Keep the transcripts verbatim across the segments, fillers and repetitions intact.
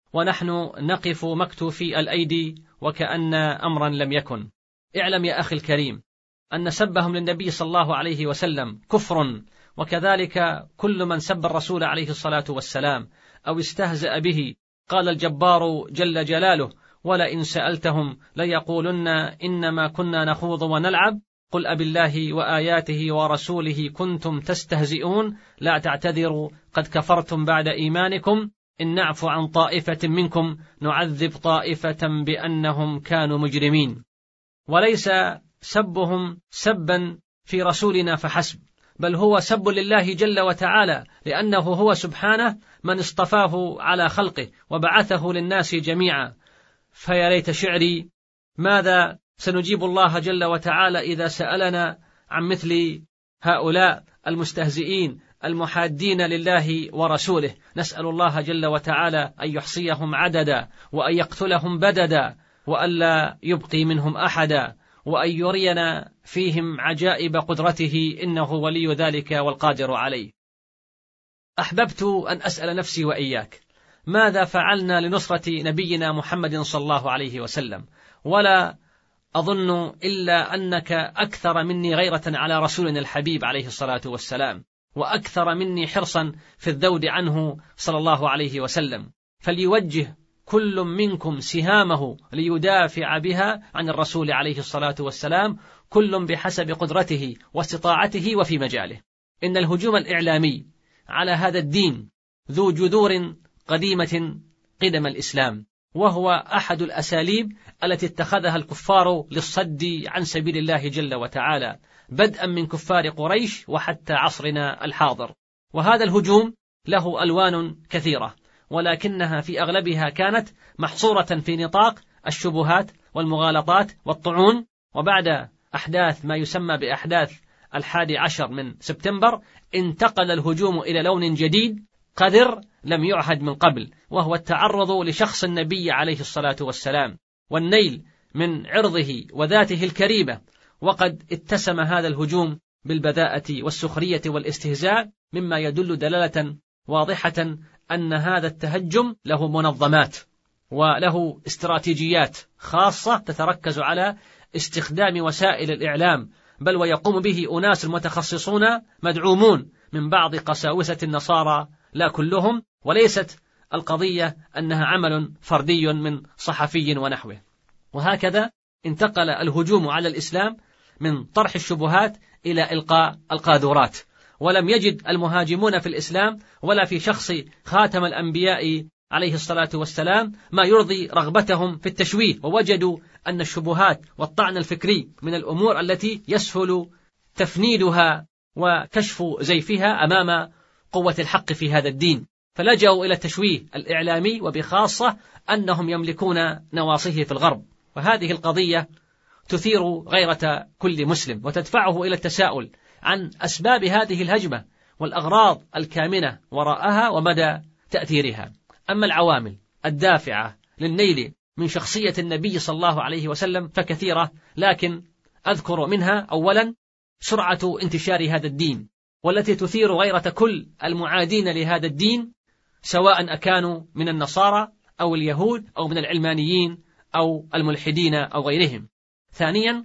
ونحن نقف مكتوفي الأيدي وكأن أمرا لم يكن. اعلم يا أخي الكريم أن سبهم للنبي صلى الله عليه وسلم كفر، وكذلك كل من سب الرسول عليه الصلاة والسلام أو استهزأ به. قال الجبار جل جلاله: ولئن سألتهم ليقولن إنما كنا نخوض ونلعب قل أبالله وآياته ورسوله كنتم تستهزئون لا تعتذروا قد كفرتم بعد إيمانكم إن نعفو عن طائفة منكم نعذب طائفة بأنهم كانوا مجرمين. وليس سبهم سبا في رسولنا فحسب، بل هو سب لله جل وتعالى، لأنه هو سبحانه من اصطفاه على خلقه وبعثه للناس جميعا. فيا ليت شعري ماذا سنجيب الله جل وتعالى إذا سألنا عن مثل هؤلاء المستهزئين المحادين لله ورسوله. نسأل الله جل وتعالى أن يحصيهم عددا، وأن يقتلهم بددا، وألا يبقي منهم أحدا، وأن يرينا فيهم عجائب قدرته إنه ولي ذلك والقادر عليه. أحببت أن أسأل نفسي وإياك ماذا فعلنا لنصرة نبينا محمد صلى الله عليه وسلم؟ ولا أظن إلا أنك أكثر مني غيرة على رسولنا الحبيب عليه الصلاة والسلام، وأكثر مني حرصا في الذود عنه صلى الله عليه وسلم. فليوجه كل منكم سهامه ليدافع بها عن الرسول عليه الصلاة والسلام، كل بحسب قدرته واستطاعته وفي مجاله. إن الهجوم الإعلامي على هذا الدين ذو جذور قديمة قدم الإسلام، وهو أحد الأساليب التي اتخذها الكفار للصد عن سبيل الله جل وتعالى، بدءا من كفار قريش وحتى عصرنا الحاضر. وهذا الهجوم له ألوان كثيرة، ولكنها في أغلبها كانت محصورة في نطاق الشبهات والمغالطات والطعون. وبعد أحداث ما يسمى بأحداث الحادي عشر من سبتمبر انتقل الهجوم إلى لون جديد قذر لم يعهد من قبل، وهو التعرض لشخص النبي عليه الصلاة والسلام والنيل من عرضه وذاته الكريمة. وقد اتسم هذا الهجوم بالبذاءة والسخرية والاستهزاء، مما يدل دلالة واضحة أن هذا التهجم له منظمات وله استراتيجيات خاصة تتركز على استخدام وسائل الإعلام، بل ويقوم به أناس متخصصون مدعومون من بعض قساوسة النصارى لا كلهم، وليست القضية أنها عمل فردي من صحفي ونحوه. وهكذا انتقل الهجوم على الإسلام من طرح الشبهات إلى إلقاء القاذورات. ولم يجد المهاجمون في الإسلام ولا في شخص خاتم الأنبياء عليه الصلاة والسلام ما يرضي رغبتهم في التشويه، ووجدوا أن الشبهات والطعن الفكري من الأمور التي يسهل تفنيدها وكشف زيفها أمام قوة الحق في هذا الدين، فلجأوا إلى التشويه الإعلامي، وبخاصة أنهم يملكون نواصيه في الغرب. وهذه القضية تثير غيرة كل مسلم وتدفعه إلى التساؤل عن أسباب هذه الهجمة والأغراض الكامنة وراءها ومدى تأثيرها. أما العوامل الدافعة للنيل من شخصية النبي صلى الله عليه وسلم فكثيرة، لكن أذكر منها أولا سرعة انتشار هذا الدين، والتي تثير غيرة كل المعادين لهذا الدين، سواء أكانوا من النصارى أو اليهود أو من العلمانيين أو الملحدين أو غيرهم. ثانيا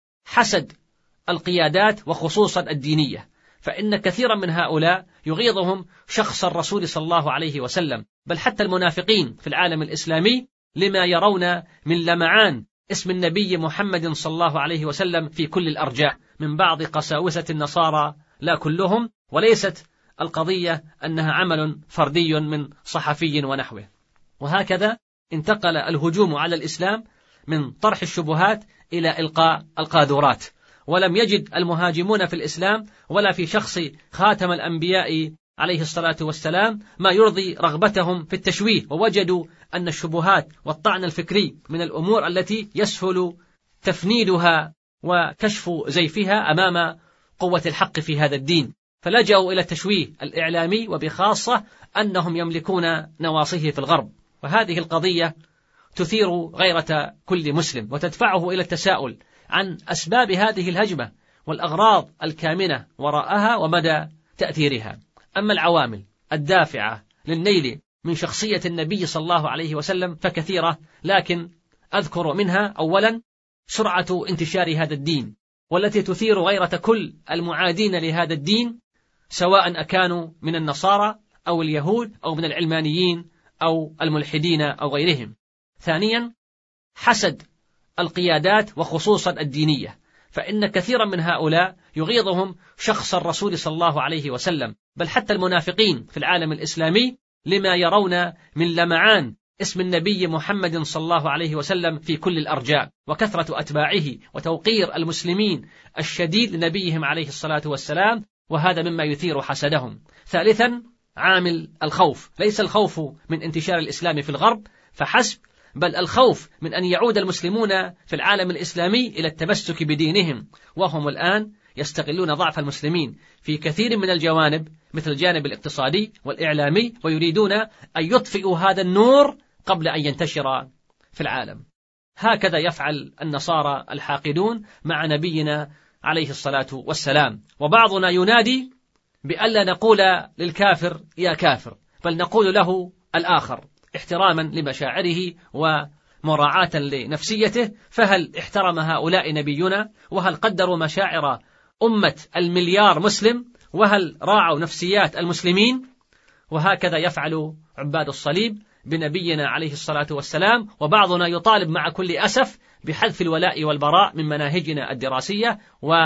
حسد القيادات وخصوصا الدينية، فإن كثيرا من هؤلاء يغيظهم شخص الرسول صلى الله عليه وسلم، بل حتى المنافقين في العالم الإسلامي لما يرون من لمعان اسم النبي محمد صلى الله عليه وسلم في كل الأرجاء من بعض قساوسة النصارى لا كلهم، وليست القضية أنها عمل فردي من صحفي ونحوه. وهكذا انتقل الهجوم على الإسلام من طرح الشبهات إلى إلقاء القاذورات. ولم يجد المهاجمون في الإسلام ولا في شخص خاتم الأنبياء عليه الصلاة والسلام ما يرضي رغبتهم في التشويه، ووجدوا أن الشبهات والطعن الفكري من الأمور التي يسهل تفنيدها وكشف زيفها أمام قوة الحق في هذا الدين، فلجأوا إلى التشويه الإعلامي، وبخاصة أنهم يملكون نواصيه في الغرب. وهذه القضية تثير غيرة كل مسلم وتدفعه إلى التساؤل عن أسباب هذه الهجمة والأغراض الكامنة وراءها ومدى تأثيرها. أما العوامل الدافعة للنيل من شخصية النبي صلى الله عليه وسلم فكثيرة، لكن أذكر منها أولا سرعة انتشار هذا الدين، والتي تثير غيرة كل المعادين لهذا الدين، سواء أكانوا من النصارى أو اليهود أو من العلمانيين أو الملحدين أو غيرهم. ثانيا حسد القيادات وخصوصا الدينية، فإن كثيرا من هؤلاء يغيظهم شخص الرسول صلى الله عليه وسلم، بل حتى المنافقين في العالم الإسلامي لما يرون من لمعان اسم النبي محمد صلى الله عليه وسلم في كل الأرجاء، وكثرة أتباعه وتوقير المسلمين الشديد لنبيهم عليه الصلاة والسلام، وهذا مما يثير حسدهم. ثالثا عامل الخوف، ليس الخوف من انتشار الإسلام في الغرب فحسب، بل الخوف من أن يعود المسلمون في العالم الإسلامي إلى التمسك بدينهم، وهم الآن يستغلون ضعف المسلمين في كثير من الجوانب مثل الجانب الاقتصادي والإعلامي، ويريدون أن يطفئوا هذا النور قبل أن ينتشر في العالم. هكذا يفعل النصارى الحاقدون مع نبينا عليه الصلاة والسلام. وبعضنا ينادي بألا نقول للكافر يا كافر، بل نقول له الآخر احتراما لمشاعره ومراعاة لنفسيته. فهل احترم هؤلاء نبينا؟ وهل قدروا مشاعر أمة المليار مسلم؟ وهل راعوا نفسيات المسلمين؟ وهكذا يفعل عباد الصليب بنبينا عليه الصلاة والسلام. وبعضنا يطالب مع كل أسف بحذف الولاء والبراء من مناهجنا الدراسية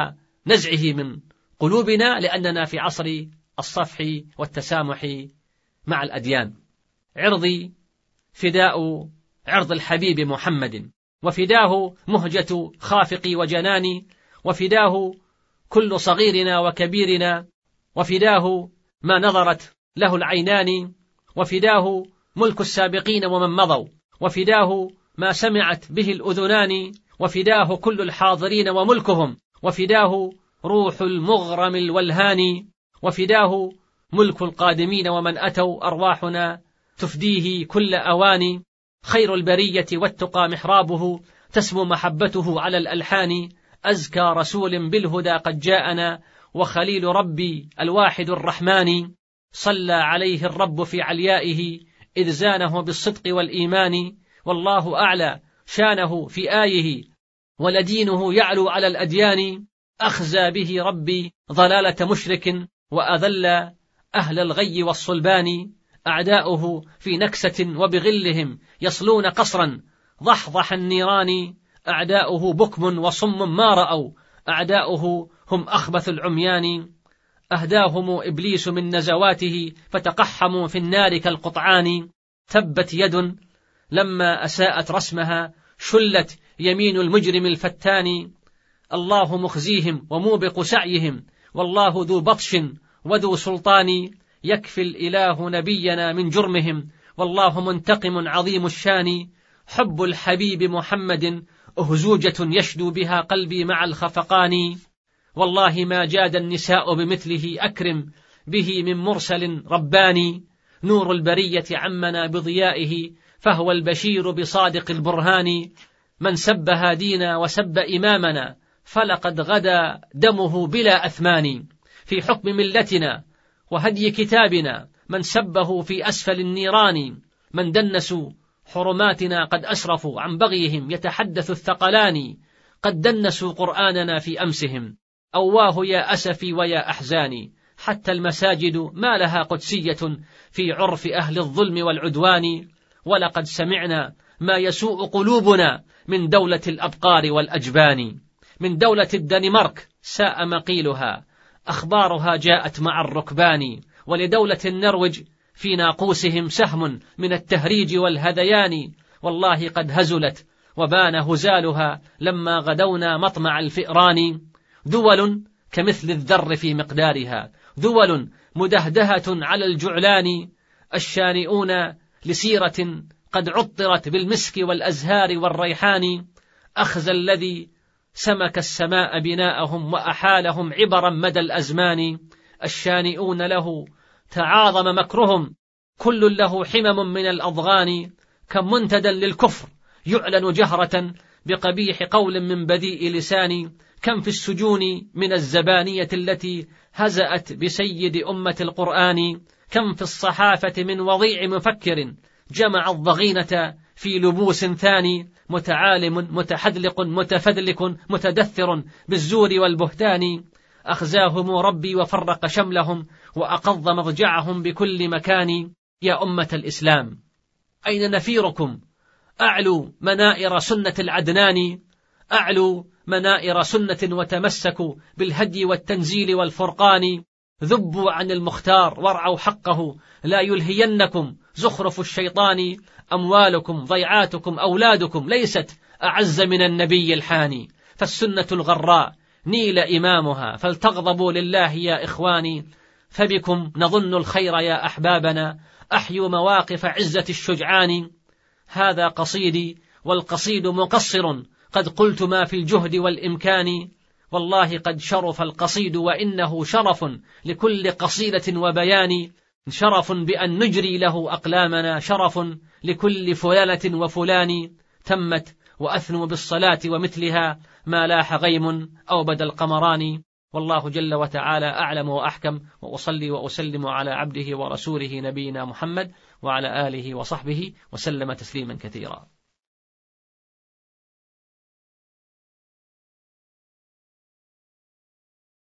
ونزعه من قلوبنا، لأننا في عصر الصفح والتسامح مع الأديان. عرضي فداء عرض الحبيب محمد، وفداه مهجة خافقي وجناني، وفداه كل صغيرنا وكبيرنا، وفداه ما نظرت له العينان، وفداه ملك السابقين ومن مضوا، وفداه ما سمعت به الأذنان، وفداه كل الحاضرين وملكهم، وفداه روح المغرم الولهان، وفداه ملك القادمين ومن أتوا، أرواحنا تفديه كل أوان. خير البرية والتقى محرابه، تسمو محبته على الألحان. أزكى رسول بالهدى قد جاءنا، وخليل ربي الواحد الرحمن. صلى عليه الرب في عليائه، إذ زانه بالصدق والإيمان. والله أعلى شانه في آيه، ولدينه يعلو على الأديان. أخزى به ربي ضلالة مشرك، وأذل أهل الغي والصلبان. أعداؤه في نكسة وبغلهم، يصلون قصرا ضحضح النيران. أعداؤه بكم وصم ما رأوا، أعداؤه هم أخبث العميان. أهداهم إبليس من نزواته، فتقحموا في النار كالقطعان. تبت يد لما أساءت رسمها، شلت يمين المجرم الفتان. الله مخزيهم وموبق سعيهم، والله ذو بطش وذو سلطان. يكفي الإله نبينا من جرمهم، والله منتقم عظيم الشان. حب الحبيب محمد أهزوجة يشدو بها قلبي مع الخفقان. والله ما جاد النساء بمثله، أكرم به من مرسل رباني. نور البرية عمنا بضيائه، فهو البشير بصادق البرهان. من سب هادينا وسب إمامنا، فلقد غدا دمه بلا أثمان. في حكم ملتنا وهدي كتابنا، من سبه في أسفل النيران. من دنسوا حرماتنا قد أسرفوا، عن بغيهم يتحدث الثقلان. قد دنسوا قرآننا في أمسهم، أواه يا أسفي ويا أحزاني. حتى المساجد ما لها قدسية في عرف أهل الظلم والعدوان. ولقد سمعنا ما يسوء قلوبنا من دولة الأبقار والأجبان. من دولة الدنمارك ساء مقيلها، أخبارها جاءت مع الركبان. ولدولة النرويج في ناقوسهم سهم من التهريج والهذيان. والله قد هزلت وبان هزالها، لما غدونا مطمع الفئران. دول كمثل الذر في مقدارها، دول مدهدهة على الجعلان. الشانئون لسيرة قد عطرت بالمسك والأزهار والريحان. أخزى الذي سمك السماء بناءهم، وأحالهم عبرا مدى الأزمان. الشانئون له تعاظم مكرهم، كل له حمم من الأضغان. كم منتدى للكفر يعلن جهرة، بقبيح قول من بذيء لسان. كم في السجون من الزبانية التي هزأت بسيد أمة القرآن. كم في الصحافة من وضيع مفكر جمع الضغينة في لبوس ثاني، متعالم متحدلق متفذلك متدثر بالزور والبهتان، أخزاهم ربي وفرق شملهم وأقض مضجعهم بكل مكان. يا أمة الإسلام أين نفيركم؟ أعلوا منائر سنة العدنان، أعلوا منائر سنة وتمسكوا بالهدي والتنزيل والفرقان، ذبوا عن المختار وارعوا حقه، لا يلهينكم زخرف الشيطان. أموالكم ضيعاتكم أولادكم ليست أعز من النبي الحاني، فالسنة الغراء نيل إمامها، فلتغضبوا لله يا إخواني. فبكم نظن الخير يا أحبابنا، أحيوا مواقف عزة الشجعان. هذا قصيدي والقصيد مقصر، قد قلت ما في الجهد والإمكان، والله قد شرف القصيد وإنه شرف لكل قصيدة وبيان، شرف بأن نجري له أقلامنا، شرف لكل فلانة وفلان. تمت وأثنوا بالصلاة ومثلها ما لاح غيم أو بدا القمران، والله جل وتعالى أعلم وأحكم، وأصلي وأسلم على عبده ورسوله نبينا محمد وعلى آله وصحبه وسلم تسليما كثيرا.